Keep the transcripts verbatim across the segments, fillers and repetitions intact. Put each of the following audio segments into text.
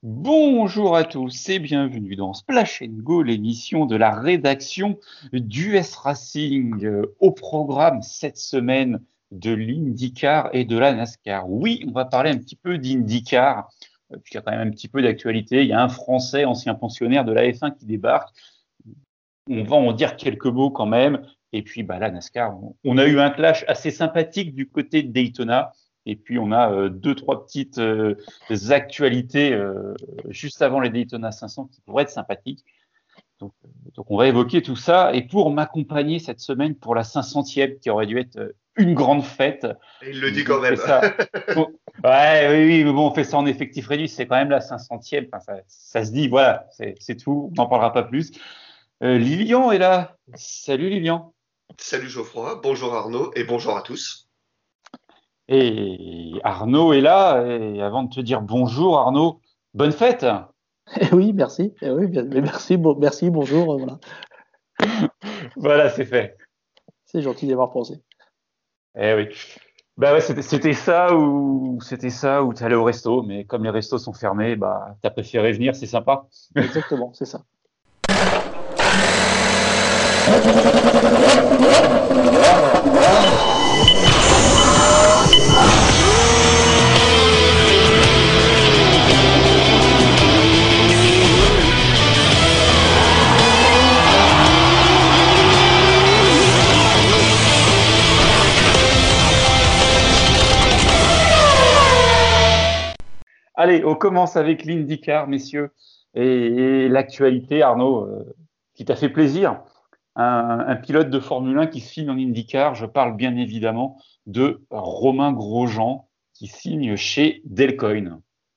Bonjour à tous et bienvenue dans Splash and Go, l'émission de la rédaction d'U S Racing. Euh, Au programme cette semaine de l'IndyCar et de la NASCAR. Oui, on va parler un petit peu d'IndyCar, euh, puisqu'il y a quand même un petit peu d'actualité. Il y a un Français, ancien pensionnaire de la F un qui débarque. On va en dire quelques mots quand même. Et puis, bah, la NASCAR, on, on a eu un clash assez sympathique du côté de Daytona. Et puis, on a euh, deux, trois petites euh, actualités euh, juste avant les Daytona cinq cents qui pourraient être sympathiques. Donc, euh, donc, on va évoquer tout ça. Et pour m'accompagner cette semaine pour la cinq centième, qui aurait dû être euh, une grande fête, Il le dit on quand fait même. ça. on- ouais, oui, oui, mais bon, on fait ça en effectif réduit. C'est quand même la cinq centième. Enfin, ça, ça se dit, voilà, c'est c'est tout. On n'en parlera pas plus. Euh, Lilian est là. Salut Lilian. Salut Geoffroy, bonjour Arnaud et bonjour à tous. Et Arnaud est là. Et avant de te dire bonjour Arnaud, bonne fête. Eh oui, merci. Eh oui, bien- mais merci, bon, merci, bonjour. euh, voilà. Voilà, c'est fait. C'est gentil d'avoir pensé. Eh oui. Bah ouais, c'était c'était ça ou c'était ça ou t'allais au resto, mais comme les restos sont fermés, bah t'as préféré venir, c'est sympa. Exactement, c'est ça. Allez, on commence avec l'IndyCar, messieurs, et, et l'actualité, Arnaud, euh, qui t'a fait plaisir. Un, un pilote de Formule un qui signe en IndyCar. Je parle bien évidemment de Romain Grosjean qui signe chez Delcoin.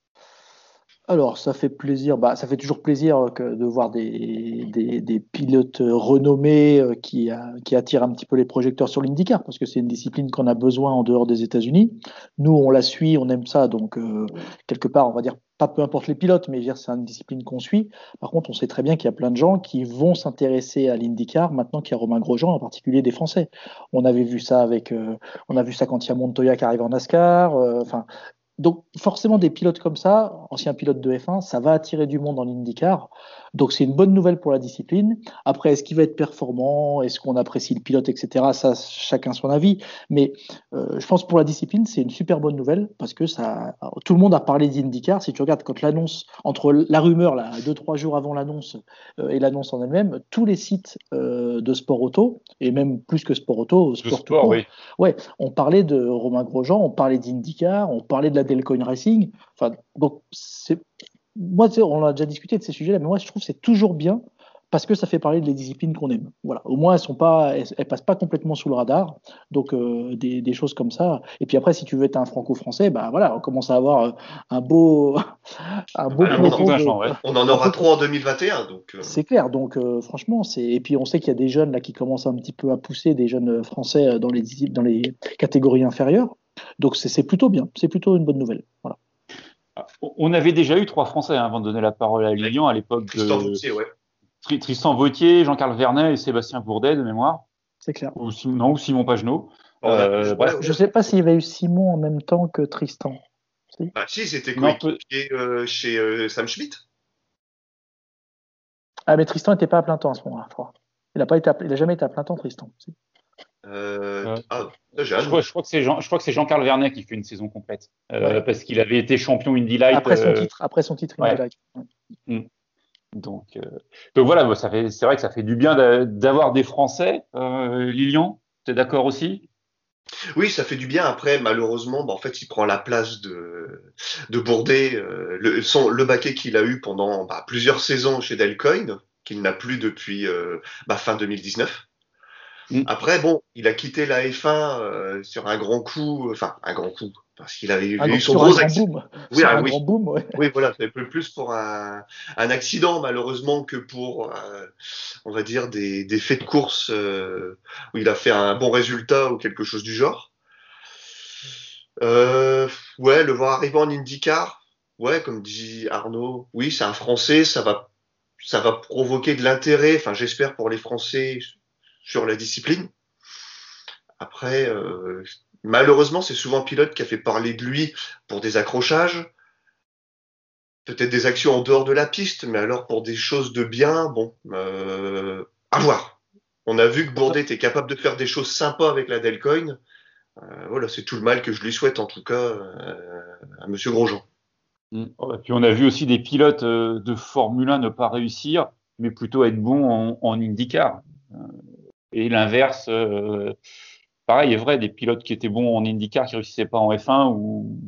Alors, ça fait plaisir, bah, ça fait toujours plaisir que de voir des, des, des pilotes renommés euh, qui, euh, qui attirent un petit peu les projecteurs sur l'IndyCar, parce que c'est une discipline qu'on a besoin en dehors des États-Unis. Nous, on la suit, on aime ça, donc euh, quelque part, on va dire, pas peu importe les pilotes, mais je veux dire, c'est une discipline qu'on suit. Par contre, on sait très bien qu'il y a plein de gens qui vont s'intéresser à l'IndyCar maintenant qu'il y a Romain Grosjean, en particulier des Français. On avait vu ça avec, euh, on a vu ça quand il y a Montoya qui arrive en NASCAR. euh, Enfin, donc, forcément, des pilotes comme ça, anciens pilotes de F un, ça va attirer du monde en IndyCar. Donc, c'est une bonne nouvelle pour la discipline. Après, est-ce qu'il va être performant? Est-ce qu'on apprécie le pilote, et cetera. Ça, chacun son avis. Mais euh, je pense pour la discipline, c'est une super bonne nouvelle parce que ça, tout le monde a parlé d'IndyCar. Si tu regardes quand l'annonce, entre la rumeur, là, deux, trois jours avant l'annonce euh, et l'annonce en elle-même, tous les sites euh, de sport auto, et même plus que sport auto, De sport tout sport, court, oui. ouais, on parlait de Romain Grosjean, on parlait d'IndyCar, on parlait de la Delcoin Racing. Enfin, donc, c'est, moi, tu sais, on a déjà discuté de ces sujets-là, mais moi, je trouve que c'est toujours bien parce que ça fait parler de les disciplines qu'on aime. Voilà. Au moins, elles sont pas, elles, elles passent pas complètement sous le radar. Donc, euh, des, des choses comme ça. Et puis après, si tu veux être un franco-français, bah voilà, on commence à avoir euh, un beau, un beau Ah, Un beau on, en, peloton de, contingent, ouais. on en un aura peu, trois en deux mille vingt et un, donc euh, c'est clair. Donc, euh, franchement, c'est, et puis on sait qu'il y a des jeunes là qui commencent un petit peu à pousser, des jeunes français euh, dans les, dans les catégories inférieures. Donc, c'est c'est plutôt bien. C'est plutôt une bonne nouvelle. Voilà. On avait déjà eu trois Français hein, avant de donner la parole à ouais. Lilian à l'époque Tristan de Vautier, ouais. Tri- Tristan Vautier, Jean-Carl Vernet et Sébastien Bourdet de mémoire, C'est clair. ou, Sim- non, ou Simon Pagenaud. Bon, on a, Euh, ouais, bref, ouais. Je sais pas s'il y avait eu Simon en même temps que Tristan. Si. Bah, si, c'était non, peu- coéquipier euh, chez euh, Sam Schmidt. Ah, mais Tristan n'était pas à plein temps à ce moment-là, je crois. Il a pas été à- il a jamais été à plein temps, Tristan. Si. Euh, euh, ah, là, j'ai un je crois, doute. je crois que c'est Jean, je crois que c'est Jean-Carl Vernet qui fait une saison complète Ouais. euh, parce qu'il avait été champion Indy Light. Après son Euh, titre, après son titre Indy ouais. Light. Ouais. Mm. Donc, euh, donc voilà, bah, ça fait, c'est vrai que ça fait du bien d'a- d'avoir des Français. Euh, Lilian, t'es d'accord aussi? Oui, ça fait du bien. Après, malheureusement, bah, en fait, il prend la place de, de Bourdet, euh, le, son, le baquet qu'il a eu pendant bah, plusieurs saisons chez Delcoin, qu'il n'a plus depuis euh, bah, fin deux mille dix-neuf. Mm. Après, bon, il a quitté la F un euh, sur un grand coup, enfin un grand coup, parce qu'il avait Un eu gr- son sur un gros grand accident. boom. Oui, Sur ah, un grand oui, boom, ouais. oui, voilà, c'est plus plus pour un, un accident malheureusement que pour, euh, on va dire, des, des faits de course euh, où il a fait un bon résultat ou quelque chose du genre. Euh, ouais, le voir arriver en IndyCar, ouais, comme dit Arnaud, oui, c'est un Français, ça va, ça va provoquer de l'intérêt, enfin j'espère pour les Français sur la discipline. Après, euh, malheureusement, c'est souvent le pilote qui a fait parler de lui pour des accrochages. peut-être des actions en dehors de la piste, mais alors pour des choses de bien, bon, euh, à voir. On a vu que Bourdet était capable de faire des choses sympas avec la Delcoin. Euh, voilà, c'est tout le mal que je lui souhaite en tout cas euh, à Monsieur Grosjean. Mm. Oh, et puis on a vu aussi des pilotes euh, de Formule un ne pas réussir, mais plutôt être bons en, en IndyCar. Euh, Et l'inverse, euh, pareil, est vrai, des pilotes qui étaient bons en IndyCar qui réussissaient pas en F un, ou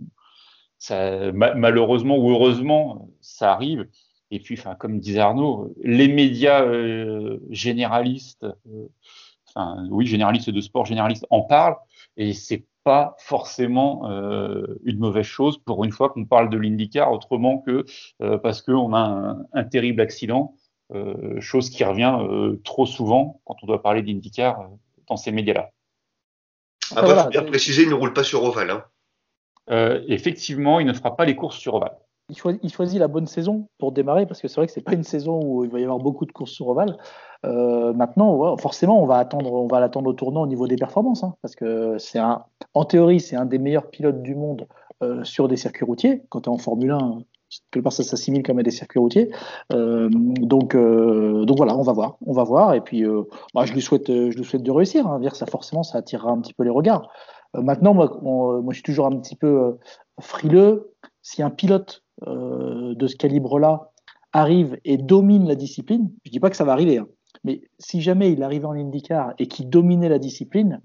ça, ma- malheureusement ou heureusement, ça arrive. Et puis, enfin, comme disait Arnaud, les médias euh, généralistes, euh, enfin, oui, généralistes de sport, généralistes en parlent, et c'est pas forcément euh, une mauvaise chose pour une fois qu'on parle de l'IndyCar autrement que euh, parce qu'on a un, un terrible accident, euh, chose qui revient euh, trop souvent quand on doit parler d'IndyCar euh, dans ces médias-là. Après, Après, il faut voilà, bien préciser, il ne roule pas sur ovale. Hein. Euh, effectivement, il ne fera pas les courses sur ovale. il, choisit, il choisit la bonne saison pour démarrer parce que c'est vrai que c'est pas une saison où il va y avoir beaucoup de courses sur ovale. Euh, maintenant, ouais, forcément, on va attendre, on va l'attendre au tournant au niveau des performances, hein, parce que c'est un, en théorie, c'est un des meilleurs pilotes du monde euh, sur des circuits routiers. Quand tu es en Formule un, quelque part, ça s'assimile comme à des circuits routiers. Euh, donc, euh, donc voilà, on va voir, on va voir. Et puis, euh, bah, je lui souhaite, je lui souhaite de réussir. Hein, dire ça, forcément, ça attirera un petit peu les regards. Euh, maintenant, moi, on, moi, je suis toujours un petit peu euh, frileux. Si un pilote euh, de ce calibre-là arrive et domine la discipline, je dis pas que ça va arriver, hein, mais si jamais il arrivait en IndyCar et qu'il dominait la discipline,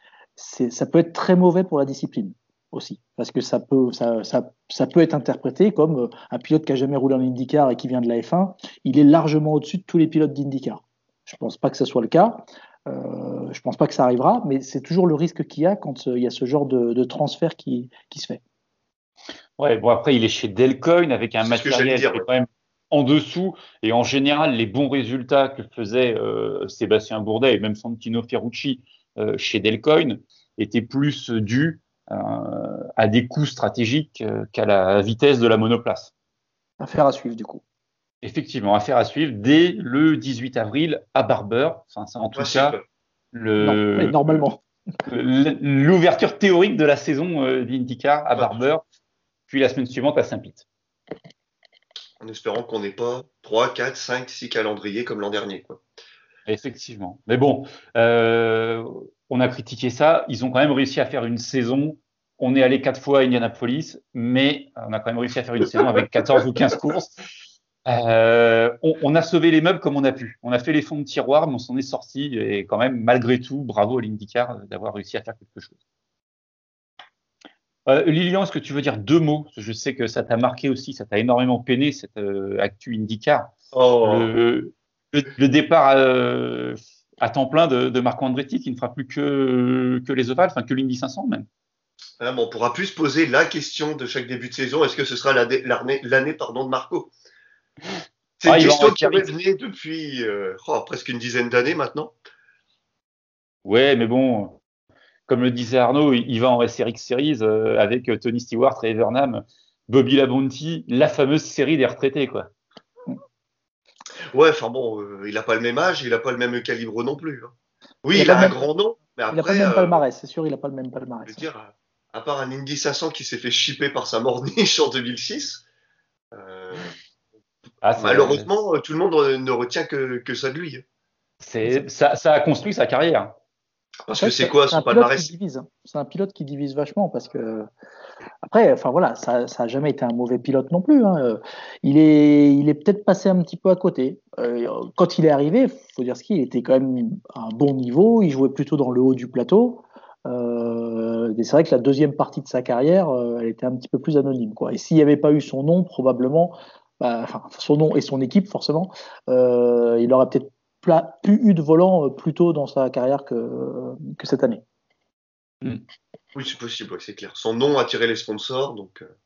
ça peut être très mauvais pour la discipline aussi, parce que ça peut, ça, ça, ça peut être interprété comme euh, un pilote qui a jamais roulé en IndyCar et qui vient de la F un, il est largement au-dessus de tous les pilotes d'IndyCar. Je pense pas que ce soit le cas. Euh, je pense pas que ça arrivera, mais c'est toujours le risque qu'il y a quand euh, il y a ce genre de, de transfert qui, qui se fait. Ouais, bon, après, il est chez Delcoin avec un C'est ce que j'allais matériel dire. qui est Ouais. quand même en dessous. Et en général, les bons résultats que faisait euh, Sébastien Bourdet et même Santino Ferrucci euh, chez Delcoin étaient plus dus euh, à des coups stratégiques euh, qu'à la vitesse de la monoplace. Affaire à suivre du coup. Effectivement, affaire à suivre dès le dix-huit avril à Barber. Enfin, c'est en tout Principe. cas Non, mais le, normalement. l'ouverture théorique de la saison euh, d'IndyCar à Ouais. Barber, puis la semaine suivante à Saint-Pete. En espérant qu'on n'ait pas trois, quatre, cinq, six calendriers comme l'an dernier. Quoi. Effectivement. Mais bon, euh, on a critiqué ça. Ils ont quand même réussi à faire une saison. On est allé quatre fois à Indianapolis, mais on a quand même réussi à faire une saison avec quatorze ou quinze courses. Euh, on, on a sauvé les meubles comme on a pu. On a fait les fonds de tiroir, mais on s'en est sorti. Et quand même, malgré tout, bravo à l'IndyCar d'avoir réussi à faire quelque chose. Euh, Lilian, est-ce que tu veux dire deux mots? Je sais que ça t'a marqué aussi, ça t'a énormément peiné, cette euh, actu IndyCar. Oh, Le, le, le départ euh, à temps plein de, de Marco Andretti qui ne fera plus que, que les ovales, enfin que l'Indy cinq cents même. hein, bon, on pourra plus se poser la question de chaque début de saison. Est-ce que ce sera l'année, l'année, l'année pardon, de Marco? C'est Ah, une il va en question être qui vite. revenait depuis euh, oh, presque une dizaine d'années maintenant. Ouais, mais bon, comme le disait Arnaud, il, il va en S R X Series euh, avec Tony Stewart, Ray Evernham, Bobby Labonte, la fameuse série des retraités, quoi. Ouais, enfin bon, euh, il n'a pas le même âge, il n'a pas le même calibre non plus. Hein. Il Oui, n'a il pas le a un même, grand nom, mais il a pas le après, même euh, palmarès, c'est sûr, il n'a pas le même je veux palmarès. dire, à, à part un Indy cinq cents qui s'est fait chipper par sa morniche en deux mille six, euh, Ah, c'est, malheureusement, euh, tout le monde euh, ne retient que, que ça de lui. Hein. c'est, ça, ça a construit sa carrière. Parce C'est que vrai que c'est c'est quoi c'est son un pilote qui palmarès? divise. Hein. C'est un pilote qui divise vachement parce que après, enfin voilà, ça, ça a jamais été un mauvais pilote non plus. Hein. Euh, Il est, il est peut-être passé un petit peu à côté. Euh, quand il est arrivé, faut dire ce qu'il était quand même à un bon niveau. Il jouait plutôt dans le haut du plateau. Euh, et c'est vrai que la deuxième partie de sa carrière, euh, elle était un petit peu plus anonyme, quoi. Et s'il n'y avait pas eu son nom, probablement, bah, enfin son nom et son équipe, forcément, euh, il aurait peut-être pla- plus eu de volant euh, plus tôt dans sa carrière que, que cette année. Hmm. Oui, c'est possible, ouais, c'est clair. Son nom a attiré les sponsors, donc. euh,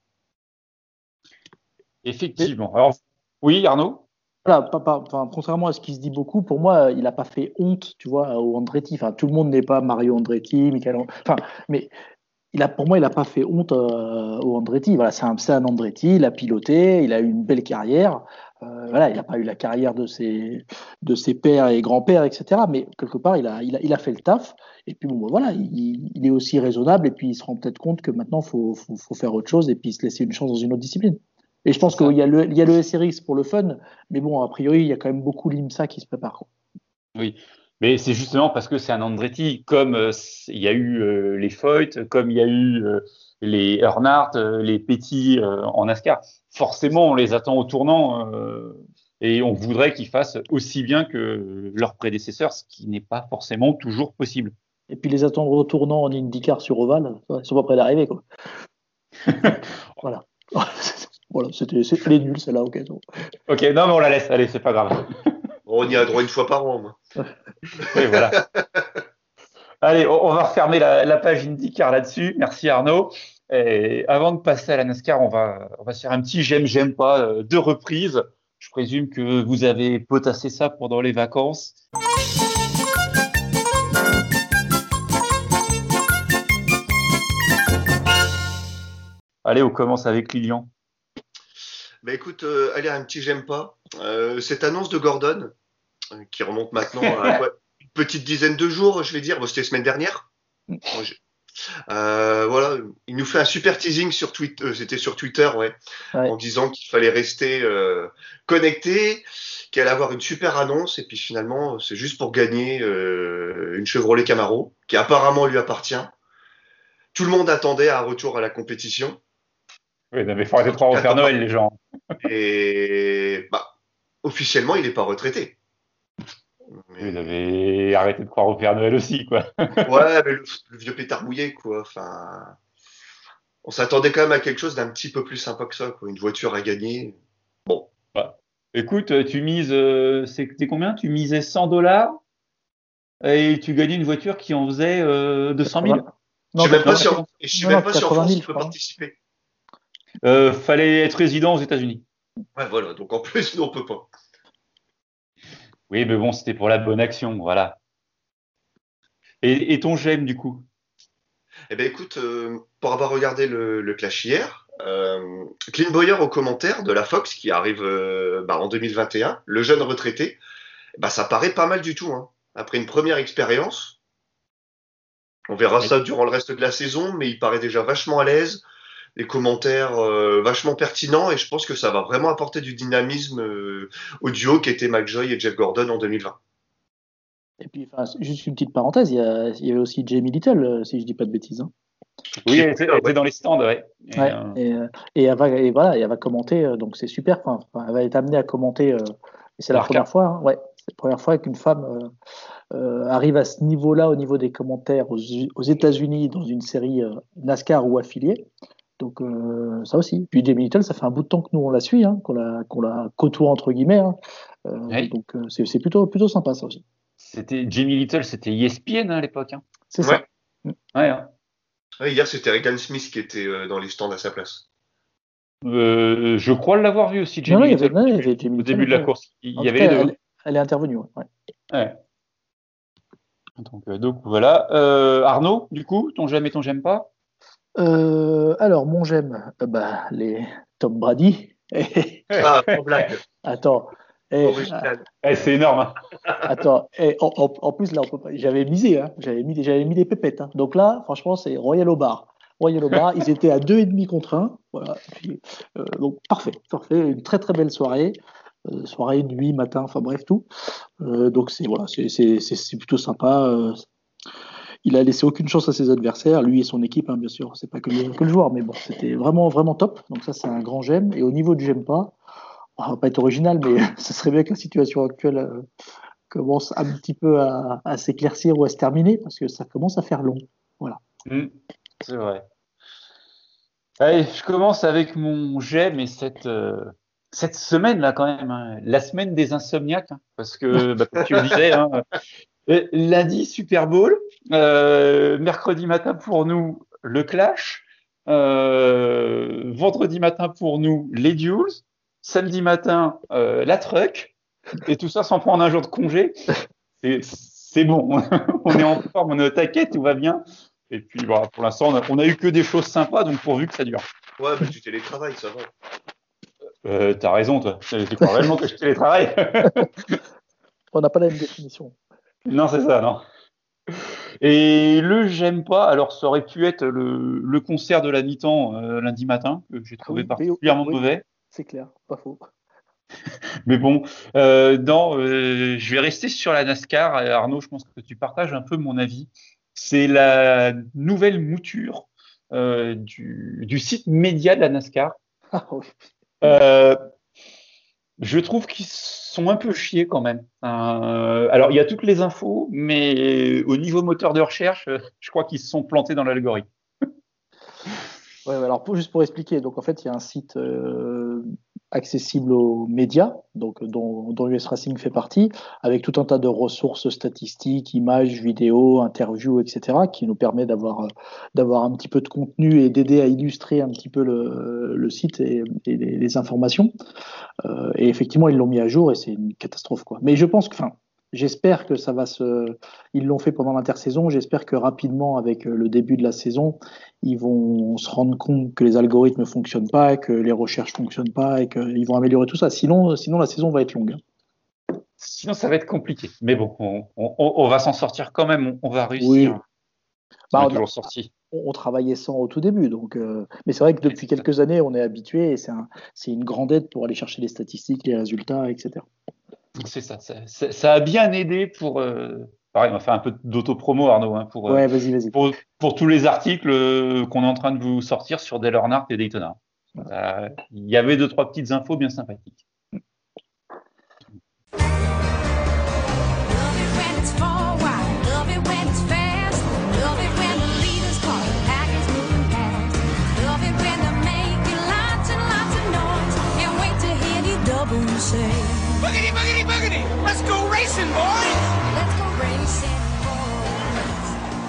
Mais Effectivement. Alors, oui, Arnaud? voilà, pas, pas- enfin, contrairement à ce qui se dit beaucoup, pour moi, il n'a pas fait honte, tu vois, au Andretti. Enfin, tout le monde n'est pas Mario Andretti, Michael. And- Enfin, mais il a, pour moi, il n'a pas fait honte euh, au Andretti. Voilà, c'est un, c'est un Andretti, il a piloté, il a eu une belle carrière. Euh, voilà, il n'a pas eu la carrière de ses, de ses pères et grands-pères, et cetera. Mais quelque part, il a, il a, il a fait le taf. Et puis, bon, ben voilà, il, il est aussi raisonnable. Et puis, il se rend peut-être compte que maintenant, il faut, faut, faut faire autre chose et puis se laisser une chance dans une autre discipline. Et je pense qu'il y a le, il y a le S R X pour le fun, mais bon, a priori, il y a quand même beaucoup l'IMSA qui se prépare, quoi. Oui, mais c'est justement parce que c'est un Andretti, comme euh, il y a eu euh, les Foyt, comme il y a eu euh, les Earnhardt, euh, les Petty euh, en NASCAR. Forcément, on les attend au tournant euh, et on voudrait qu'ils fassent aussi bien que leurs prédécesseurs, ce qui n'est pas forcément toujours possible. Et puis les attendre au tournant en IndyCar sur Oval, ils sont pas près d'arriver, quoi. Voilà. Voilà, c'était, c'était les nuls, celle-là, ok. Donc. Ok, non, mais on la laisse, allez, c'est pas grave. On y a droit une fois par an, moi. Oui, voilà. Allez, on, on va refermer la, la page IndyCar là-dessus. Merci Arnaud. Et avant de passer à la NASCAR, on va, on va se faire un petit j'aime, j'aime pas euh, de reprise. Je présume que vous avez potassé ça pendant les vacances. Allez, on commence avec Lilian. Bah écoute, euh, allez, un petit j'aime pas. Euh, cette annonce de Gordon, euh, qui remonte maintenant à quoi, une petite dizaine de jours, je vais dire. Bon, c'était la semaine dernière. Bon, je- euh, voilà, il nous fait un super teasing sur Twitter, euh, c'était sur Twitter, ouais, Ouais. en disant qu'il fallait rester euh, connecté, qu'il allait avoir une super annonce, et puis finalement, c'est juste pour gagner euh, une Chevrolet Camaro, qui apparemment lui appartient. Tout le monde attendait un retour à la compétition. Oui, mais il faut arrêter de croire au Père Noël, les gens. Et bah, officiellement, il n'est pas retraité. Oui, vous Mais... avez arrêté de croire au Père Noël aussi, quoi. Ouais, mais le, le vieux pétard mouillé, quoi. Enfin, on s'attendait quand même à quelque chose d'un petit peu plus sympa que ça, quoi. Une voiture à gagner. Bon. Bah, écoute, tu mises, euh, c'était combien? Tu misais cent dollars et tu gagnais une voiture qui en faisait euh, deux cent mille. Je sais même pas si en, quatre-vingts et je sais non, même non, pas si en quatre-vingt France mille, il je peut crois. participer. Euh, fallait être résident aux États-Unis. Ouais, voilà. Donc en plus, nous, on peut pas. Oui, mais bon, c'était pour la bonne action, voilà. Et, et ton j'aime, du coup? Eh ben écoute, euh, pour avoir regardé le, le clash hier, euh, Clint Bowyer au commentaire de la Fox qui arrive euh, bah, en deux mille vingt et un, le jeune retraité, bah ça paraît pas mal du tout, hein. Après une première expérience, on verra Oui. ça durant le reste de la saison, mais il paraît déjà vachement à l'aise, des commentaires euh, vachement pertinents, et je pense que ça va vraiment apporter du dynamisme euh, au duo qui était McJoy et Jeff Gordon en deux mille vingt. Et puis, enfin, juste une petite parenthèse, il y, a, il y avait aussi Jamie Little, euh, si je dis pas de bêtises, hein. Oui, elle était, elle était dans les stands, ouais. Et, Ouais, euh, et, euh, et elle va, et voilà, et elle va commenter, euh, donc c'est super. Enfin, enfin, elle va être amenée à commenter, euh, et c'est la L'arca. première fois, hein, ouais, c'est la première fois qu'une femme euh, euh, arrive à ce niveau-là au niveau des commentaires aux, aux États-Unis dans une série euh, NASCAR ou affiliée. Donc euh, ça aussi. Puis Jamie Little, ça fait un bout de temps que nous on la suit, hein, qu'on la, qu'on la côtoie entre guillemets, hein. Euh, oui. donc euh, c'est, c'est plutôt, plutôt sympa ça aussi. C'était Jimmy Little, c'était E S P N hein, à l'époque. Hein. C'est Ouais. ça. Ouais, hein. Ouais, hier, c'était Regan Smith qui était euh, dans les stands à sa place. Euh, je crois l'avoir vu aussi, Non, Jimmy non, il y avait, Little. non, il y avait Jamie Au Little, début de la ouais. course, il En y tout avait cas, les deux. elle, elle est intervenue. Ouais. Ouais. Donc, euh, donc voilà. Euh, Arnaud, du coup, ton j'aime et ton j'aime pas? Euh, alors, mon j'aime, euh, bah, les Tom Brady. Ah, en blague. Attends, eh, Original. Eh, c'est énorme. Hein. attends, eh, en, en- en plus là, on peut pas, j'avais misé, hein, j'avais mis, j'avais mis des pépettes, hein. Donc là, franchement, c'est Royal au bar. Royal au bar, ils étaient à deux et demi contre un. Voilà. Puis, euh, donc parfait, parfait, une très très belle soirée, Euh, soirée, nuit, matin, enfin bref tout. Euh, donc c'est voilà, c'est c'est c'est c'est plutôt sympa. Euh, il a laissé aucune chance à ses adversaires, lui et son équipe, hein, bien sûr. C'est pas que le, que le joueur, mais bon, c'était vraiment vraiment top. Donc ça, c'est un grand j'aime. Et au niveau du j'aime pas, on va pas être original, mais ce serait bien que la situation actuelle euh, commence un petit peu à, à s'éclaircir ou à se terminer, parce que ça commence à faire long. Voilà. Mm, c'est vrai. Allez, je commence avec mon j'aime et cette, euh, cette semaine-là quand même, hein, la semaine des insomniaques, hein, parce que, bah, comme tu le disais, hein, euh, lundi, Super Bowl, euh, mercredi matin pour nous, le Clash, euh, vendredi matin pour nous, les Duels, samedi matin, euh, la Truck, et tout ça sans prendre un jour de congé. C'est, c'est bon, on est en forme, on est au taquet, tout va bien. Et puis, voilà, pour l'instant, on a, on a eu que des choses sympas, donc pourvu que ça dure. Ouais, bah tu télétravailles, ça va. Euh, t'as raison, toi. Tu crois réellement que je télétravaille? On n'a pas la même définition. Non, c'est ça, non. Et le j'aime pas, alors ça aurait pu être le, le concert de la mi-temps euh, lundi matin, que j'ai Ah trouvé oui, oui, oui, particulièrement oui. mauvais. c'est clair, pas faux. Mais bon, euh, non, euh, je vais rester sur la NASCAR. Euh, Arnaud, je pense que tu partages un peu mon avis. C'est la nouvelle mouture euh, du, du site média de la NASCAR. Ah oui. Euh, je trouve qu'ils sont un peu chiés quand même. Euh, alors, il y a toutes les infos, mais au niveau moteur de recherche, euh, je crois qu'ils se sont plantés dans l'algorithme. Ouais, ouais, alors pour, juste pour expliquer, donc en fait il y a un site euh, accessible aux médias, donc dont, dont U S Racing fait partie, avec tout un tas de ressources statistiques, images, vidéos, interviews, et cetera, qui nous permet d'avoir euh, d'avoir un petit peu de contenu et d'aider à illustrer un petit peu le, le site et, et les, les informations. Euh, et effectivement ils l'ont mis à jour et c'est une catastrophe quoi. Mais je pense que, enfin, j'espère que ça va se. Ils l'ont fait pendant l'intersaison. J'espère que rapidement, avec le début de la saison, ils vont se rendre compte que les algorithmes ne fonctionnent pas, que les recherches ne fonctionnent pas et qu'ils vont améliorer tout ça. Sinon, sinon, la saison va être longue. Sinon, ça va être compliqué. Mais bon, on, on- on va s'en sortir quand même. On, on va Oui. réussir. On Bah, est on, a- toujours sorti. on travaillait sans au tout début. Donc, euh, mais c'est vrai que depuis quelques années, on est habitué et c'est un, c'est une grande aide pour aller chercher les statistiques, les résultats, et cetera. C'est ça, ça, ça- ça a bien aidé pour. Euh, pareil, on va faire un peu d'auto-promo, Arnaud, hein, pour, euh, Ouais, vas-y, vas-y. pour, pour tous les articles euh, qu'on est en train de vous sortir sur Dale Earnhardt et Daytona. Euh, Il y avait deux, trois petites infos bien sympathiques. Love it when it's forward, love it when it's fast, love it when the leader's caught, the pack is moving past. Love it when they're making lots and lots of noise, can't wait to hear the double say. Boogity, boogity, boogity! Let's go racing, boys! Let's go racing, boys.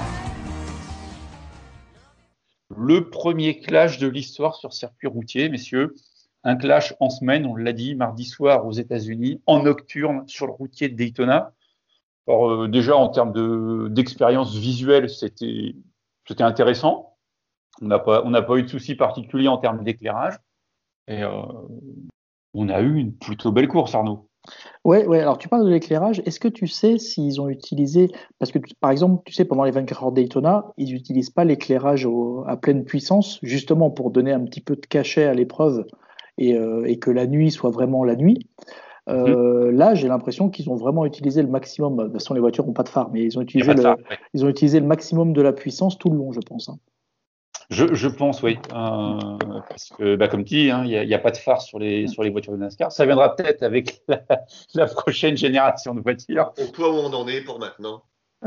Le premier clash de l'histoire sur circuit routier, messieurs. Un clash en semaine, on l'a dit, mardi soir aux États-Unis, en nocturne sur le routier de Daytona. Alors, euh, déjà, en termes de, d'expérience visuelle, c'était, c'était intéressant. On n'a pas, on n'a pas eu de soucis particuliers en termes d'éclairage. Et euh, on a eu une plutôt belle course, Arnaud. Ouais, ouais. Alors tu parles de l'éclairage. Est-ce que tu sais s'ils ont utilisé, parce que tu- par exemple, tu sais, pendant les vingt-quatre heures Daytona, ils n'utilisent pas l'éclairage au- à pleine puissance, justement pour donner un petit peu de cachet à l'épreuve et, euh, et que la nuit soit vraiment la nuit. Mhm. Euh, là, j'ai l'impression qu'ils ont vraiment utilisé le maximum. De toute façon, les voitures n'ont pas de phare, mais ils ont Il n'y a utilisé pas de le, phare. Ouais. ils ont utilisé le maximum de la puissance tout le long, je pense, hein. Je, je pense, oui. Euh, parce que, bah, comme tu dis, hein, il n'y a, il y a pas de phare sur les, sur les voitures de NASCAR. Ça viendra peut-être avec la, la prochaine génération de voitures. Au point où on en est pour maintenant.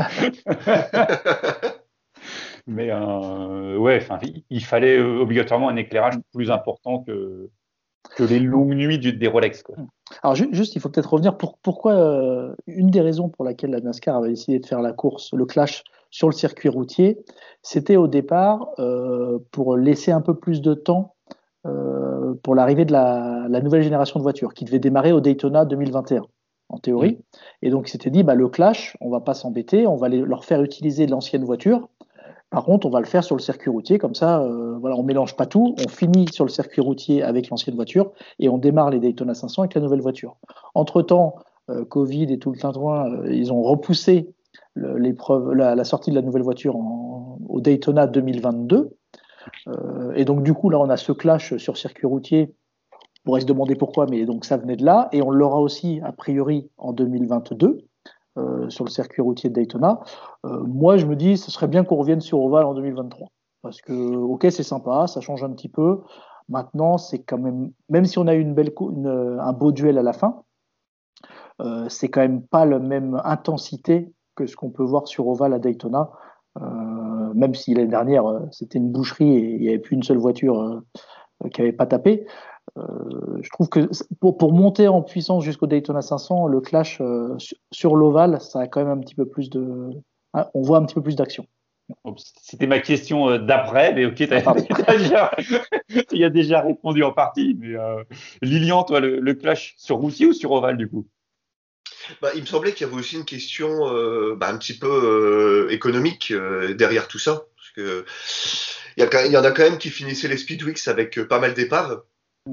Mais euh, ouais, enfin, il, il fallait euh, obligatoirement un éclairage plus important que, que les longues nuits du, des Rolex, quoi. Alors ju- juste, il faut peut-être revenir pour pourquoi euh, une des raisons pour laquelle la NASCAR avait décidé de faire la course, le clash sur le circuit routier, c'était au départ euh, pour laisser un peu plus de temps euh, pour l'arrivée de la, la nouvelle génération de voitures qui devait démarrer au Daytona deux mille vingt et un en théorie. Mm. Et donc il s'était dit bah, le clash, on va pas s'embêter, on va les- leur faire utiliser l'ancienne voiture. Par contre, on va le faire sur le circuit routier, comme ça, euh, voilà, on mélange pas tout, on finit sur le circuit routier avec l'ancienne voiture et on démarre les Daytona cinq cents avec la nouvelle voiture. Entre-temps, euh, Covid et tout le tintouin, euh, ils ont repoussé le- l'épreuve, la, la sortie de la nouvelle voiture en- au Daytona deux mille vingt-deux. Euh, et donc, du coup, là, on a ce clash sur circuit routier. On pourrait se demander pourquoi, mais donc ça venait de là. Et on l'aura aussi, a priori, en deux mille vingt-deux. Euh, sur le circuit routier de Daytona. Euh, moi, je me dis, ce serait bien qu'on revienne sur Oval en deux mille vingt-trois. Parce que, ok, c'est sympa, ça change un petit peu. Maintenant, c'est quand même, même si on a eu une belle, une, un beau duel à la fin, euh, c'est quand même pas la même intensité que ce qu'on peut voir sur Oval à Daytona. Euh, même si l'année dernière, euh, c'était une boucherie et il n'y avait plus une seule voiture euh, qui n'avait pas tapé. Euh, je trouve que pour, pour monter en puissance jusqu'au Daytona cinq cents, le clash euh, sur, sur l'ovale, ça a quand même un petit peu plus de. Hein, on voit un petit peu plus d'action. C'était ma question euh, d'après, mais ok, tu Ah, pardon. as déjà répondu en partie. Mais euh, Lilian, toi, le, le clash sur routier ou sur ovale, du coup? Bah, il me semblait qu'il y avait aussi une question euh, bah, un petit peu euh, économique euh, derrière tout ça. Parce que il y, a quand- il y en a quand même qui finissaient les Speedweeks avec euh, pas mal d'épaves.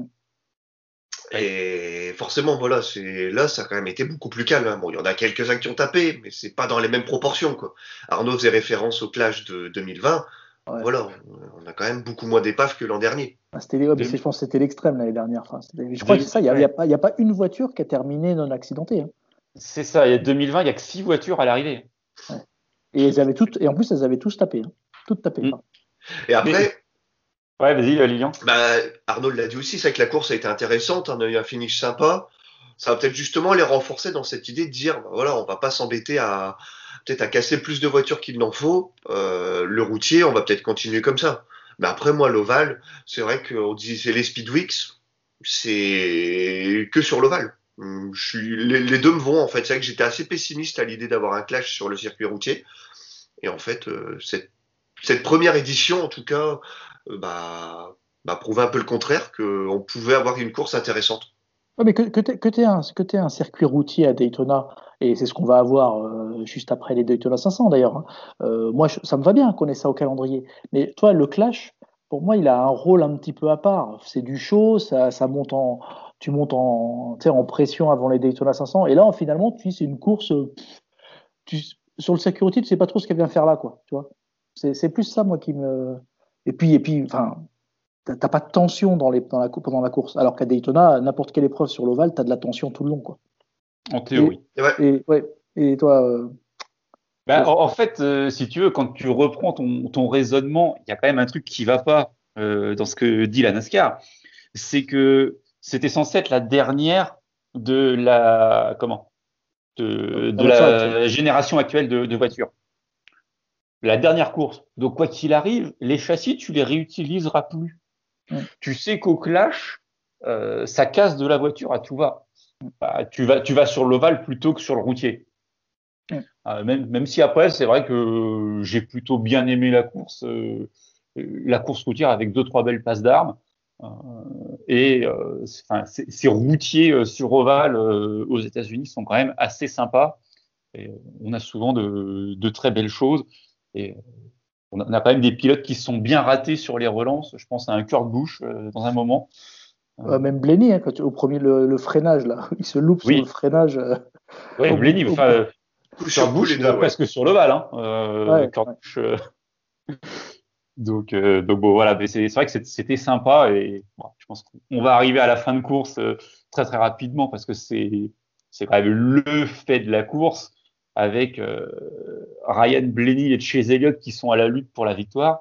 Et forcément, voilà, c'est là, ça a quand même été beaucoup plus calme, hein. Bon, il y en a quelques-uns qui ont tapé, mais c'est pas dans les mêmes proportions, quoi. Arnaud faisait référence au clash de deux mille vingt. Ouais. Voilà, on a quand même beaucoup moins d'épaves que l'an dernier. Ah, c'était, ouais, mais De- c'est- je pense que c'était l'extrême l'année dernière. Enfin, c'était- je crois de- que c'est ça, il n'y a, il y ouais. a pas il y a pas une voiture qui a terminé non accidentée, hein. C'est ça, il y a deux mille vingt, il y a que six voitures à l'arrivée. Ouais. Et, elles avaient toutes, et en plus, elles avaient tous tapé. Hein. Toutes tapées. Mm. Pardon. Et après, Ouais, vas-y, euh, Lilian. bah, Arnaud l'a dit aussi, c'est vrai que la course a été intéressante, on a eu un finish sympa. Ça va peut-être justement les renforcer dans cette idée de dire, bah, voilà, on va pas s'embêter à peut-être à casser plus de voitures qu'il n'en faut. Euh, le routier, on va peut-être continuer comme ça. Mais après, moi, l'ovale, c'est vrai qu'on dit c'est les Speedweeks, c'est que sur l'ovale. Hum, Je suis, les, les deux me vont en fait. C'est vrai que j'étais assez pessimiste à l'idée d'avoir un clash sur le circuit routier. Et en fait, euh, cette, cette première édition, en tout cas, euh, bah, bah, prouvait un peu le contraire, qu'on pouvait avoir une course intéressante. Ouais, mais que, que tu aies un, que t'aies un circuit routier à Daytona, et c'est ce qu'on va avoir euh, juste après les Daytona cinq cents d'ailleurs, hein. Euh, moi, je- ça me va bien qu'on ait ça au calendrier. Mais toi, le Clash, pour moi, il a un rôle un petit peu à part. C'est du show, ça, ça monte en, tu montes en, tu sais, en pression avant les Daytona cinq cents. Et là, finalement, tu c'est une course. euh, Tu, sur le circuit routier, tu sais pas trop ce qu'elle vient faire là, quoi. Tu vois. C'est c'est plus ça, moi, qui me. Et puis, et puis, enfin, t'as t'as pas de tension dans les, dans la, cou- pendant la course. Alors qu'à Daytona, n'importe quelle épreuve sur l'ovale, tu as de la tension tout le long, quoi. En théorie. Et ouais, Et, ouais, et toi, euh, Bah, Ouais. en, en fait, euh, si tu veux, quand tu reprends ton, ton raisonnement, il y a quand même un truc qui va pas euh, dans ce que dit la NASCAR. C'est que c'était censé être la dernière de la comment de, la de voiture actuelle. la génération actuelle de, de voitures. La dernière course. Donc quoi qu'il arrive, les châssis, tu les réutiliseras plus. Mm. Tu sais qu'au clash, euh, ça casse de la voiture à tout va. Bah, tu vas, tu vas sur l'ovale plutôt que sur le routier. Mm. Euh, même, même si après, c'est vrai que j'ai plutôt bien aimé la course, euh, la course routière avec deux trois belles passes d'armes. Euh, et euh, c'est- enfin, ces ces routiers euh, sur ovale euh, aux États-Unis sont quand même assez sympas. Et euh, on a souvent de, de très belles choses. Et euh, on a, on a quand même des pilotes qui sont bien ratés sur les relances. Je pense à un Kurt Busch euh, dans un moment. Euh, Euh, même Blenny, hein, quand tu- au premier le, le freinage, là, il se loupe sur le oui, freinage. euh, ouais, au bout, Blenny, au enfin, bout- euh, coup Kurt sur coup, Busch, les il deux, va ouais. presque sur l'ovale. Hein. Euh, Ouais, Kurt ouais. Busch, euh, Donc, euh, donc bon, voilà, mais c'est c'est vrai que c'est- c'était sympa et bon, je pense qu'on va arriver à la fin de course euh, très très rapidement parce que c'est c'est quand même le fait de la course avec euh, Ryan Blaney et Chase Elliott qui sont à la lutte pour la victoire.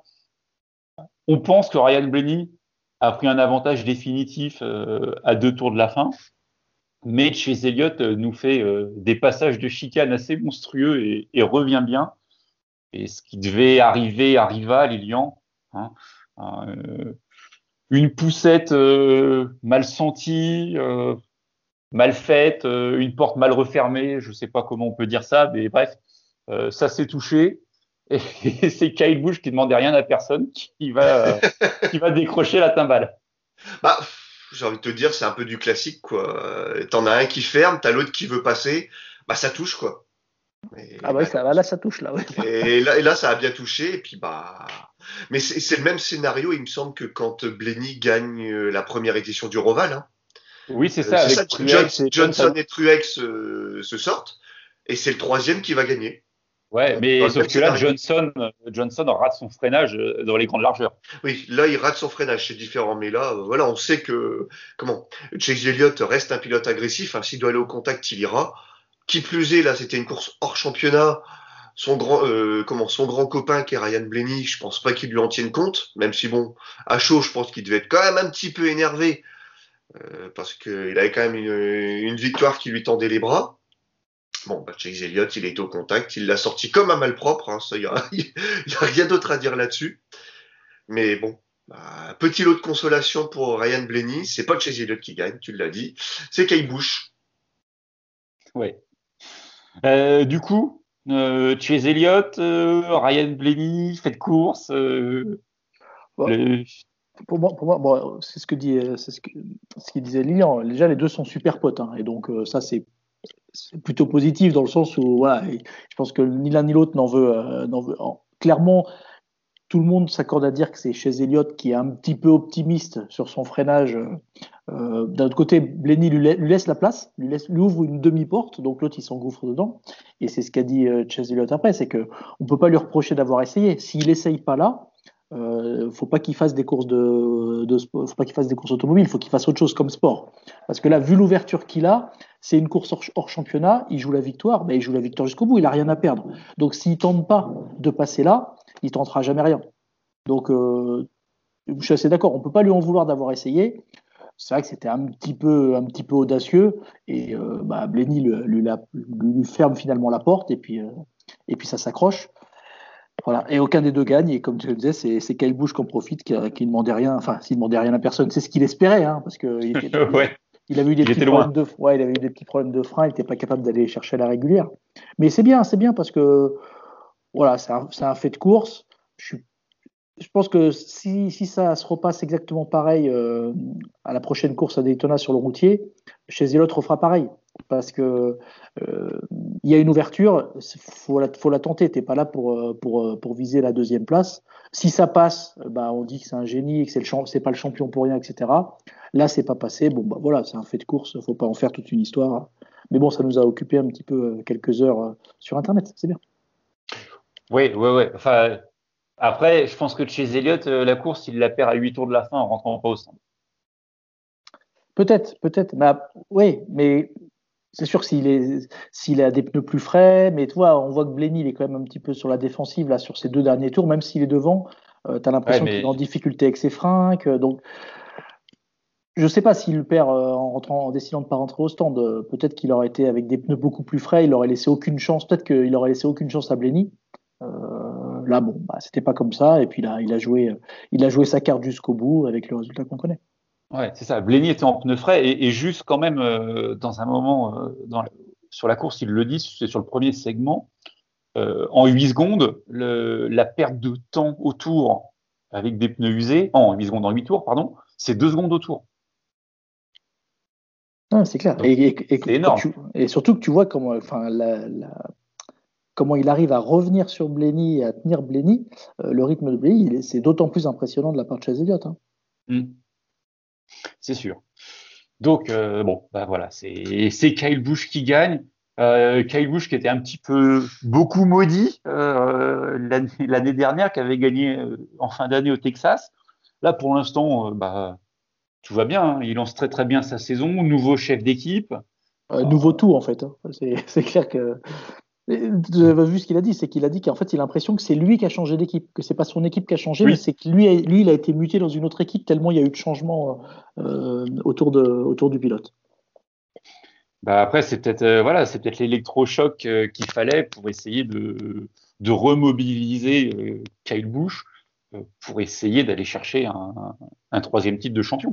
On pense que Ryan Blaney a pris un avantage définitif euh, à deux tours de la fin, mais Chase Elliott euh, nous fait euh, des passages de chicane assez monstrueux et, et revient bien. Et ce qui devait arriver arriva, Lilian. Hein, euh, une poussette euh, mal sentie, euh, mal faite, euh, une porte mal refermée, je ne sais pas comment on peut dire ça, mais bref, euh, ça s'est touché. Et, et c'est Kyle Busch qui demandait rien à personne, qui va, euh, qui va décrocher la timbale. Bah, j'ai envie de te dire, c'est un peu du classique, quoi. Euh, T'en as un qui ferme, t'as l'autre qui veut passer, bah ça touche, quoi. Et, Ah bah, bah, oui, ça, bah, là, ça touche, là. Ouais. et là, et là, ça a bien touché, et puis bah. Mais c'est c'est le même scénario, il me semble, que quand Blenny gagne euh, la première édition du Roval. Hein. Oui, c'est Euh, ça, c'est ça, avec John- Truex et Johnson Johnson. et Truex euh, se sortent, et c'est le troisième qui va gagner. Ouais, Dans mais le sauf même que là, scénario. Johnson, euh, Johnson rate son freinage euh, dans les grandes largeurs. Oui, là, il rate son freinage, c'est différent. Mais là, euh, voilà, on sait que, comment, Chase Elliott reste un pilote agressif. Hein, s'il doit aller au contact, il ira. Qui plus est, là, c'était une course hors championnat. Son grand, euh, comment, son grand copain qui est Ryan Blaney, je pense pas qu'il lui en tienne compte. Même si bon, à chaud, je pense qu'il devait être quand même un petit peu énervé euh, parce qu'il avait quand même une, une victoire qui lui tendait les bras. Bon, bah, Chase Elliott, il est au contact, il l'a sorti comme un malpropre. Hein, ça, y a, y a rien d'autre à dire là-dessus. Mais bon, bah, petit lot de consolation pour Ryan Blaney. C'est pas Chase Elliott qui gagne, tu l'as dit. C'est Kyle Busch. Ouais. Euh, du coup, euh, Chase Elliott, euh, Ryan Blaney, fait de course. Euh, Bon, le... pour moi, pour moi bon, c'est ce que dit, euh, c'est ce que, ce qu'il disait Lilian. Déjà, les deux sont super potes, hein, et donc euh, ça, c'est c'est plutôt positif dans le sens où, voilà, et je pense que ni l'un ni l'autre n'en veut, euh, n'en veut. en- clairement, tout le monde s'accorde à dire que c'est chez Elliott qui est un petit peu optimiste sur son freinage. Euh, d'un autre côté, Blenny lui, la- lui laisse la place, lui, laisse, lui ouvre une demi-porte, donc l'autre il s'engouffre dedans. Et c'est ce qu'a dit euh, Chase Elliott après, c'est que on peut pas lui reprocher d'avoir essayé. S'il essaye pas là, euh, faut pas qu'il fasse des courses de, de spo- faut pas qu'il fasse des courses automobiles, il faut qu'il fasse autre chose comme sport. Parce que là, vu l'ouverture qu'il a, c'est une course hors, hors championnat, il joue la victoire, ben, il joue la victoire jusqu'au bout, il a rien à perdre. Donc s'il tente pas de passer là, il tentera jamais rien. Donc euh, je suis assez d'accord, on peut pas lui en vouloir d'avoir essayé. C'est vrai que c'était un petit peu, un petit peu audacieux et euh, bah, Blenny lui, lui, la- lui ferme finalement la porte et puis, euh, et puis ça s'accroche. Voilà. Et aucun des deux gagne. Et comme tu le disais, c'est, c'est Kyle Busch qui en profite, qui, qui ne demandait rien, enfin, s'il ne demandait rien à personne. C'est ce qu'il espérait, hein, parce qu'il était, il, Ouais, il avait eu des il petits était loin. problèmes de, ouais, il avait eu des petits problèmes de frein, il n'était pas capable d'aller chercher à la régulière. Mais c'est bien, c'est bien parce que, voilà, c'est un, c'est un fait de course. Je suis je pense que si, si ça se repasse exactement pareil euh, à la prochaine course à Daytona sur le routier, chez Zilot refera pareil. Parce que euh, il y a une ouverture, il faut la, faut la tenter. Tu n'es pas là pour, euh, pour, euh, pour viser la deuxième place. Si ça passe, bah, on dit que c'est un génie et que c'est le champ- c'est pas le champion pour rien, et cetera. Là, c'est pas passé. Bon, bah voilà, c'est un fait de course. Il ne faut pas en faire toute une histoire. Mais bon, ça nous a occupé un petit peu euh, quelques heures euh, sur Internet. C'est bien. Oui, oui, oui. Enfin, après, je pense que chez Elliott, euh, la course, il la perd à huit tours de la fin en rentrant pas au stand. Peut-être, peut-être. Mais, oui, mais c'est sûr que s'il est, s'il a des pneus plus frais, mais tu vois, on voit que Blenny, il est quand même un petit peu sur la défensive là sur ces deux derniers tours, même s'il est devant, euh, tu as Ouais, l'impression qu'il est mais en difficulté avec ses freins. Que, donc, je sais pas s'il le perd euh, en rentrant, en décidant de pas rentrer au stand. Euh, peut-être qu'il aurait été avec des pneus beaucoup plus frais, il aurait laissé aucune chance. Peut-être qu'il aurait laissé aucune chance à Blenny. Euh, là, bon, bah, c'était pas comme ça, et puis là, il a joué, euh, il a joué sa carte jusqu'au bout avec le résultat qu'on connaît. ouais, c'est ça. Blenny était en pneus frais et, et juste quand même euh, dans un moment euh, dans la- sur la course, il le dit, c'est sur le premier segment. Euh, en huit secondes, le, la perte de temps au tour avec des pneus usés, en huit secondes, en huit tours, pardon, c'est deux secondes au tour. Ah, c'est clair. Et, Donc, et, et, c'est quand énorme. tu, et surtout que tu vois comment, enfin, la, la- comment il arrive à revenir sur Blenny et à tenir Blenny. Euh, le rythme de Blenny, il est- c'est d'autant plus impressionnant de la part de Chase Elliott. Hein. Hmm, c'est sûr. Donc, euh, bon, bah voilà, c'est c'est Kyle Busch qui gagne. Euh, Kyle Busch qui était un petit peu beaucoup maudit euh, l'année l'année dernière, qui avait gagné euh, en fin d'année au Texas. Là, pour l'instant, euh, bah, tout va bien. Hein. Il lance très très bien sa saison. Nouveau chef d'équipe. Euh, Euh, nouveau tout, en fait. Hein. C'est, c'est clair que. Tu as vu ce qu'il a dit, c'est qu'il a dit qu'en fait, il a l'impression que c'est lui qui a changé d'équipe, que c'est pas son équipe qui a changé, mais oui, c'est que lui, a- lui, il a été muté dans une autre équipe tellement il y a eu de changements euh, autour de, autour du pilote. bah après, c'est peut-être euh, voilà, c'est peut-être l'électrochoc euh, qu'il fallait pour essayer de, de remobiliser euh, Kyle Busch euh, pour essayer d'aller chercher un, un troisième titre de champion.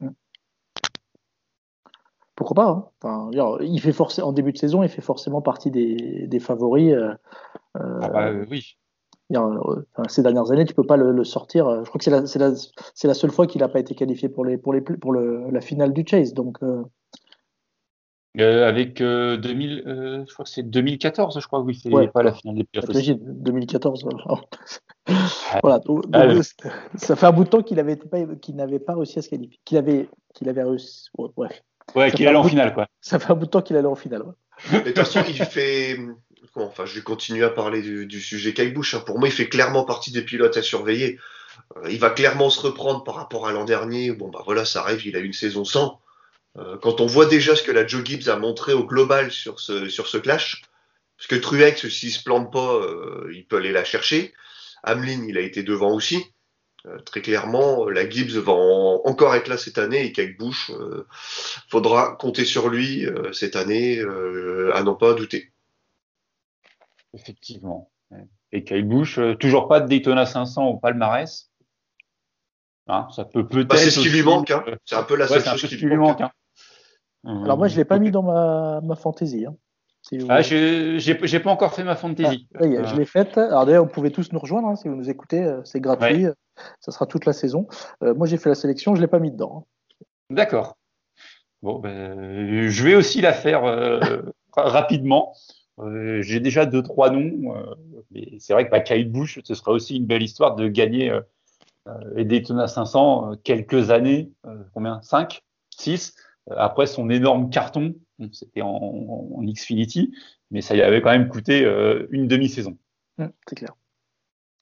Pourquoi pas hein. Enfin, il fait forcément en début de saison, il fait forcément partie des, des favoris. Euh, Ah bah euh, oui. enfin, ces dernières années, tu peux pas le, le sortir. Je crois que c'est la, c'est la, c'est la seule fois qu'il n'a pas été qualifié pour les, pour les, pour le, la finale du Chase. Donc, euh, Euh, avec euh, deux mille, euh, je crois que c'est deux mille quatorze, je crois, oui, c'est ouais, pas la enfin, finale des playoffs aussi. t'imagines, deux mille quatorze. Voilà. Ah, Voilà, donc, ah, donc, euh, ça fait un bout de temps qu'il avait pas, qu'il n'avait pas réussi à se qualifier, qu'il avait, qu'il avait réussi. Ouais, bref, ouais, ça qu'il fait un allait en bout, de, finale, quoi. ça fait un bout de temps qu'il allait en finale. Ouais. Mais de toute façon, il fait. Bon, enfin, je vais continuer à parler du, du sujet Kyle Busch. Hein. Pour moi, il fait clairement partie des pilotes à surveiller. Euh, il va clairement se reprendre par rapport à l'an dernier. Bon, bah voilà, ça arrive, il a une saison sans. Euh, quand on voit déjà ce que la Joe Gibbs a montré au global sur ce, sur ce clash, parce que Truex, s'il se plante pas, euh, il peut aller la chercher. Hamlin, il a été devant aussi. Euh, très clairement, la Gibbs va en- encore être là cette année et Kyle Busch, euh, faudra compter sur lui euh, cette année, euh, à n'en pas douter. Effectivement. Ouais. Et Kyle Busch, euh, toujours pas de Daytona cinq cents au palmarès. Hein, ça peut Bah, c'est peut-être ce qui lui aussi. manque, hein. euh, C'est un peu la ouais, seule c'est un chose peu qui ce lui qui lui manque. Hein. manque. Hein. Alors moi, Euh, je l'ai pas donc, mis dans ma, ma fantaisie. Hein. Si ah, vous... j'ai j'ai j'ai pas encore fait ma ah, fantasy. ça y est, je Euh, l'ai faite. Alors d'ailleurs, vous pouvez tous nous rejoindre hein, si vous nous écoutez, euh, c'est gratuit, ouais, euh, ça sera toute la saison. Euh, moi, j'ai fait la sélection, je l'ai pas mis dedans. d'accord. Bon, ben, je vais aussi la faire euh, ra- rapidement. Euh, j'ai déjà deux, trois noms. Euh, mais c'est vrai que bah, Kyle Busch, ce sera aussi une belle histoire de gagner euh, les Daytona cinq cents euh, quelques années, euh, combien? Cinq? Six? Euh, après son énorme carton, bon, c'était en, en Xfinity, mais ça y avait quand même coûté euh, une demi-saison. Hum, c'est clair.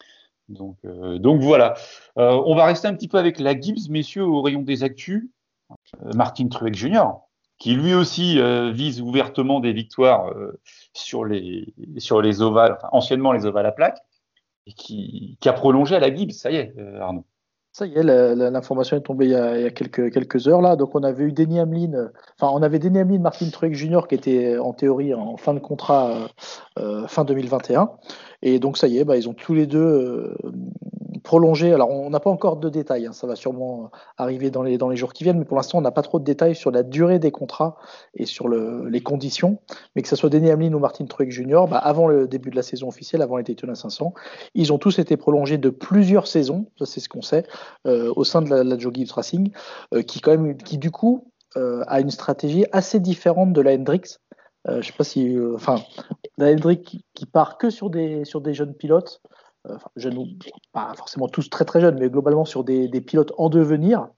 Donc, euh, donc voilà. Euh, on va rester un petit peu avec la Gibbs, messieurs, au rayon des actus. Euh, Martin Truex junior, qui lui aussi euh, vise ouvertement des victoires euh, sur les sur les ovales, enfin anciennement les ovales à plaques, et qui, qui a prolongé à la Gibbs. Ça y est, euh, Arnaud. Ça y est, la- la- l'information est tombée il y a, il y a quelques, quelques heures là. Donc on avait eu Denny Hamlin, euh, enfin on avait Denny Hamlin, Martin Truex junior qui était en théorie en fin de contrat euh, euh, fin deux mille vingt et un. Et un. Et donc ça y est, bah, ils ont tous les deux euh, prolongé. Alors on n'a pas encore de détails, hein, ça va sûrement arriver dans les, dans les jours qui viennent, mais pour l'instant on n'a pas trop de détails sur la durée des contrats et sur le, les conditions. Mais que ce soit Denny Hamlin ou Martin Truex junior, bah, avant le début de la saison officielle, avant les Daytona cinq cents, ils ont tous été prolongés de plusieurs saisons, ça c'est ce qu'on sait, euh, au sein de la, la Joe Gibbs Racing, euh, qui quand même, qui du coup euh, a une stratégie assez différente de la Hendricks. Euh, je sais pas si, euh, enfin, la Hendricks qui, qui part que sur des sur des jeunes pilotes, euh, enfin, jeunes ou pas forcément tous très très jeunes, mais globalement sur des, des pilotes en devenir.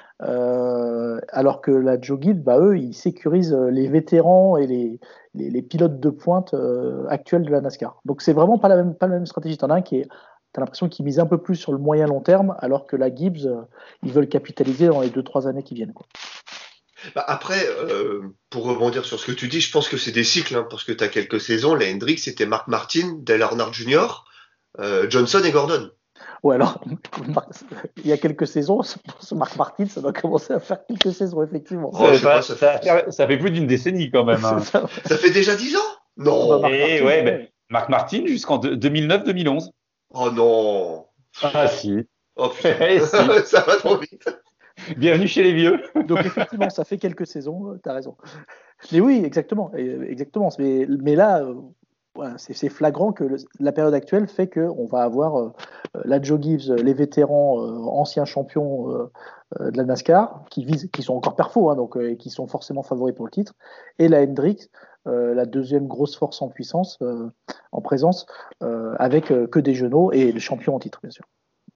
Euh, alors que la Joe Gibbs, bah, eux, ils sécurisent les vétérans et les, les, les pilotes de pointe euh, actuels de la NASCAR. Donc c'est vraiment pas la même, pas la même stratégie. T'en as un qui est, t'as l'impression qu'ils misent un peu plus sur le moyen long terme, alors que la Gibbs, euh, ils veulent capitaliser dans les deux trois années qui viennent, quoi. Bah, après, euh, pour rebondir sur ce que tu dis, je pense que c'est des cycles, hein, parce que tu as quelques saisons, la Hendricks, c'était Mark Martin, Dale Earnhardt junior, euh, Johnson et Gordon. Ou alors, il y a quelques saisons, pour ce Marc Martin, ça doit commencer à faire quelques saisons, effectivement. Oh, je sais ça, pas, ça ça, fait, ça, ça fait plus d'une décennie quand même. Hein. Ça- ça fait déjà dix ans? Ah bah, Non. Marc Et Martin, ouais, ben, ouais. Marc Martin jusqu'en de- deux mille neuf deux mille onze. Oh non. Ah si. Oh putain. Eh, si. Ça va trop vite. Bienvenue chez les vieux. Donc effectivement, ça fait quelques saisons, tu as raison. Mais oui, exactement, et- exactement. Mais, mais là, euh, voilà, c'est c'est flagrant que le- la période actuelle fait qu'on va avoir euh, la Joe Gibbs, les vétérans, euh, anciens champions euh, euh, de la NASCAR, qui visent, qui sont encore perfos, hein, donc euh, et qui sont forcément favoris pour le titre, et la Hendricks, euh, la deuxième grosse force en puissance, euh, en présence, euh, avec euh, que des genoux et le champion en titre, bien sûr.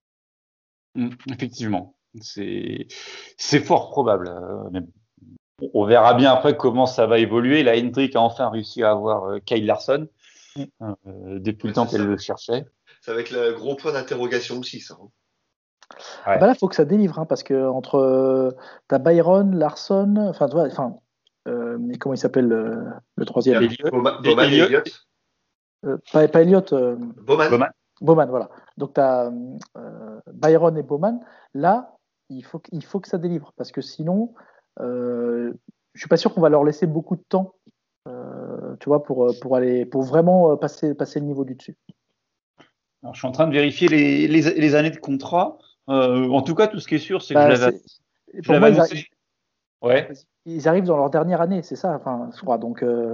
Mm, effectivement, c'est c'est fort probable. euh, mais bon, on verra bien après comment ça va évoluer. La Hendrick a enfin réussi à avoir euh, Kyle Larson Mm. euh, depuis Ouais, le temps c'est qu'elle ça. le cherchait. Ça va être le gros point d'interrogation aussi, ça. Ah bah là, il faut que ça délivre, hein, parce que entre euh, t'as Byron, Larson, enfin, tu vois, enfin, euh, mais comment il s'appelle le, le Il y troisième? a Elliott, Bowman, et- Bowman et Elliott, Elliott. Euh, pas, pas Elliott, euh, Bowman. Bowman. Bowman, voilà. Donc tu as Byron et Bowman. Là, il faut, que- il faut que ça délivre, parce que sinon, euh, je suis pas sûr qu'on va leur laisser beaucoup de temps, euh, tu vois, pour, euh, pour aller, pour vraiment euh, passer, passer le niveau du dessus. Alors, je suis en train de vérifier les, les, les années de contrat. Euh, en tout cas, tout ce qui est sûr, c'est que je Bah, l'avais c'est- je pour l'avais moi, ils, annoncé. Ouais. arri- ils arrivent dans leur dernière année, c'est ça, enfin, je crois. Donc, euh,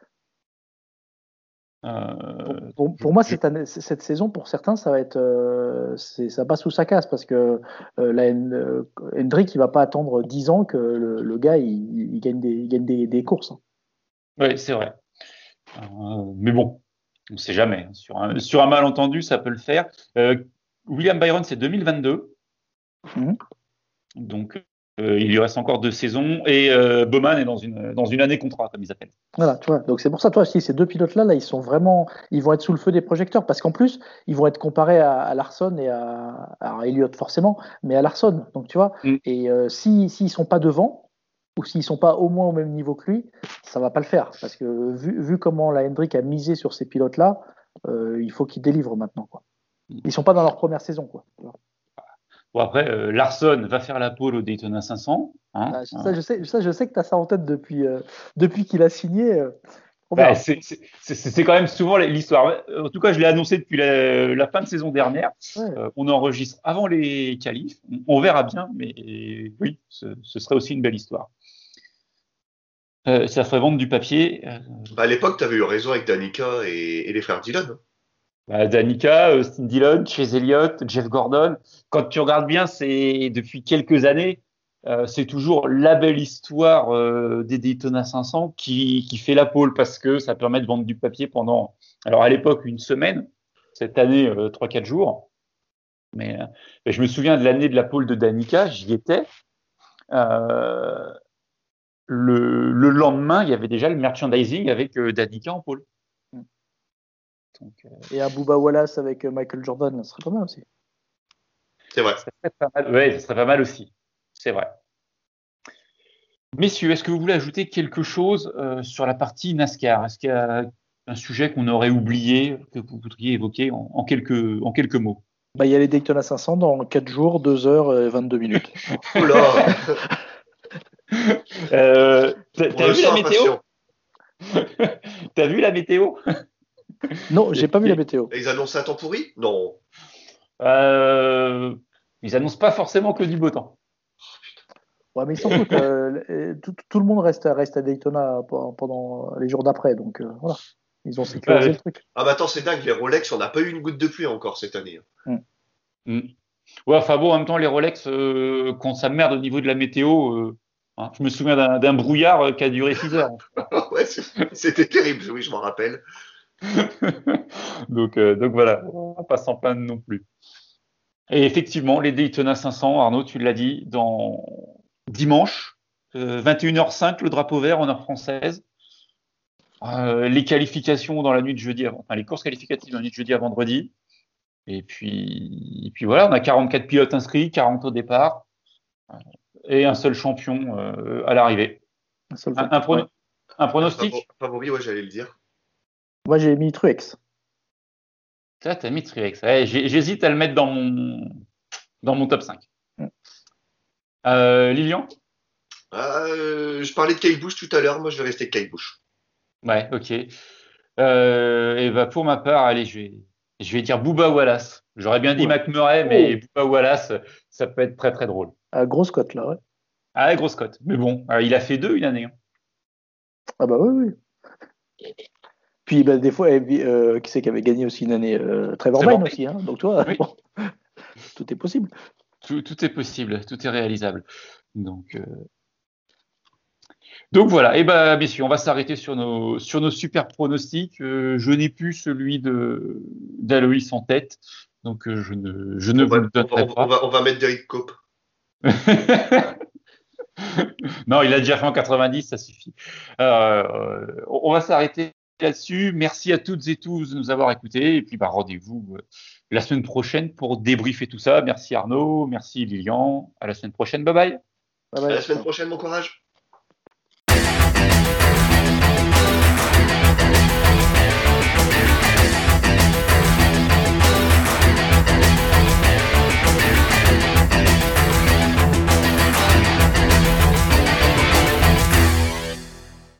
Pour, Euh, pour- je- pour moi, je- cette, année- cette saison, pour certains, ça va être, euh, c'est- ça passe ou ça casse parce que euh, la Hen- euh, Hendrick, il va pas attendre dix ans que le, le gars il, il gagne des, il gagne des, des courses, hein. ouais, c'est vrai. Euh, mais bon, on ne sait jamais. Sur un, sur un malentendu, ça peut le faire. Euh, William Byron, c'est deux mille vingt-deux. Mhm. Donc, euh, il lui reste encore deux saisons. Et euh, Bowman est dans une, dans une année contrat, comme ils appellent. Voilà, tu vois. Donc c'est pour ça, toi, si ces deux pilotes-là, là, ils sont vraiment, ils vont être sous le feu des projecteurs parce qu'en plus, ils vont être comparés à, à Larson et à, à Elliott forcément, mais à Larson. Donc tu vois. Mm. Et euh, si s'ils sont pas devant ou s'ils sont pas au moins au même niveau que lui, ça va pas le faire parce que vu, vu comment la Hendrick a misé sur ces pilotes-là, euh, il faut qu'ils délivrent maintenant, quoi. Ils sont pas dans leur première saison, quoi. Bon, après, euh, Larson va faire la pole au Daytona cinq cents. Hein. Ah, ça, je sais, ça, je sais que tu as ça en tête depuis, euh, depuis qu'il a signé. euh, on Bah, verra. c'est c'est- c'est- c'est quand même souvent l'histoire. En tout cas, je l'ai annoncé depuis la, la fin de saison dernière. Ouais. Euh, on enregistre avant les qualifs. On, on verra bien, mais oui, ce, ce serait aussi une belle histoire. Euh, ça ferait vendre du papier. Euh, Bah, à l'époque, tu avais eu raison avec Danica et, et les frères Dillon, hein. bah, Danica, euh, Austin Dillon, Chase Elliott, Jeff Gordon. Quand tu regardes bien, c'est depuis quelques années, euh, c'est toujours la belle histoire euh, des Daytona cinq cents qui, qui fait la pole parce que ça permet de vendre du papier pendant, alors à l'époque, une semaine. Cette année, euh, trois, quatre jours. Mais euh, je me souviens de l'année de la pole de Danica, j'y étais. Euh, le, le lendemain, il y avait déjà le merchandising avec euh, Danica en pole. Donc, euh, Et un Booba Wallace avec euh, Michael Jordan, ça serait pas mal aussi. C'est vrai. ça serait pas mal. Ouais, ça serait pas mal aussi. C'est vrai. Messieurs, est-ce que vous voulez ajouter quelque chose euh, sur la partie NASCAR? Est-ce qu'il y a un sujet qu'on aurait oublié, que vous voudriez évoquer en, en quelques, en quelques mots? Bah, il y a les Daytona cinq cents dans quatre jours, deux heures et vingt-deux minutes. Oula, Euh, t'as, on t'as le vu sent la météo? impatient. T'as vu la météo? Non, j'ai pas vu la météo. Et ils annoncent un temps pourri? Non. Euh, Ils annoncent pas forcément que du beau temps. Ouais, mais ils s'en foutent. euh, tout, tout le monde reste, à- reste à Daytona pe- pendant les jours d'après. Donc euh, voilà, ils ont sécurisé Ouais. le truc. Ah, mais attends, c'est dingue, les Rolex, on n'a pas eu une goutte de pluie encore cette année. Mm. Ouais, enfin bon, en même temps, les Rolex, euh, quand ça merde au niveau de la météo, euh, hein, je me souviens d'un, d'un brouillard euh, qui a duré six heures. Ouais, c'est- c'était terrible, oui, je m'en rappelle. donc, euh, donc voilà, on va pas s'en plaindre non plus. Et effectivement, les Daytona cinq cents, Arnaud, tu l'as dit, dans dimanche, euh, vingt et une heures cinq, le drapeau vert en heure française. Euh, les qualifications dans la nuit de jeudi, avant, enfin les courses qualificatives dans la nuit de jeudi à vendredi. Et puis, et puis voilà, on a quarante-quatre pilotes inscrits, quarante au départ, et un seul champion euh, à l'arrivée. Un seul Un, fait. un, prono- Ouais. un Un pronostic? favo- favori, ouais, j'allais le dire. Moi, j'ai mis Truex. Ça, t'as mis Truex. Ouais, j'ai- j'hésite à le mettre dans mon, dans mon top cinq. Mm. Euh, Lilian? Ah, euh, je parlais de Kyle Busch tout à l'heure, moi je vais rester avec Kyle Busch. Ouais, ok. Euh, et bah pour ma part, allez, je vais, je vais dire Bubba Wallace. J'aurais bien dit Oula. McMurray, mais Bubba Wallace, ça peut être très très drôle. À grosse cote, là, ouais. Ah, grosse cote. Mais bon, euh, il a fait deux une année. Hein. Ah bah oui, oui. Puis bah, des fois, euh, qui c'est qui avait gagné aussi une année euh, Trevor Trevor Bayne Bayne. aussi, hein. Donc toi, Oui. bon, tout est possible. Tout, tout est possible, tout est réalisable. Donc, euh, donc voilà. Et ben, messieurs, on va s'arrêter sur nos, sur nos super pronostics. Euh, je n'ai plus celui de d'Aloïs en tête, donc euh, je ne, je ne On vous va, le on va, donnerai on va, pas. on va- on va mettre Derek Cope. Non, il a déjà fait en quatre-vingt-dix, ça suffit. Euh, on va s'arrêter là-dessus. Merci à toutes et tous de nous avoir écoutés. Et puis, bah, rendez-vous euh, la semaine prochaine pour débriefer tout ça. Merci Arnaud, merci Lilian. À la semaine prochaine. Bye bye. Bye À bye. la semaine prochaine, bon courage.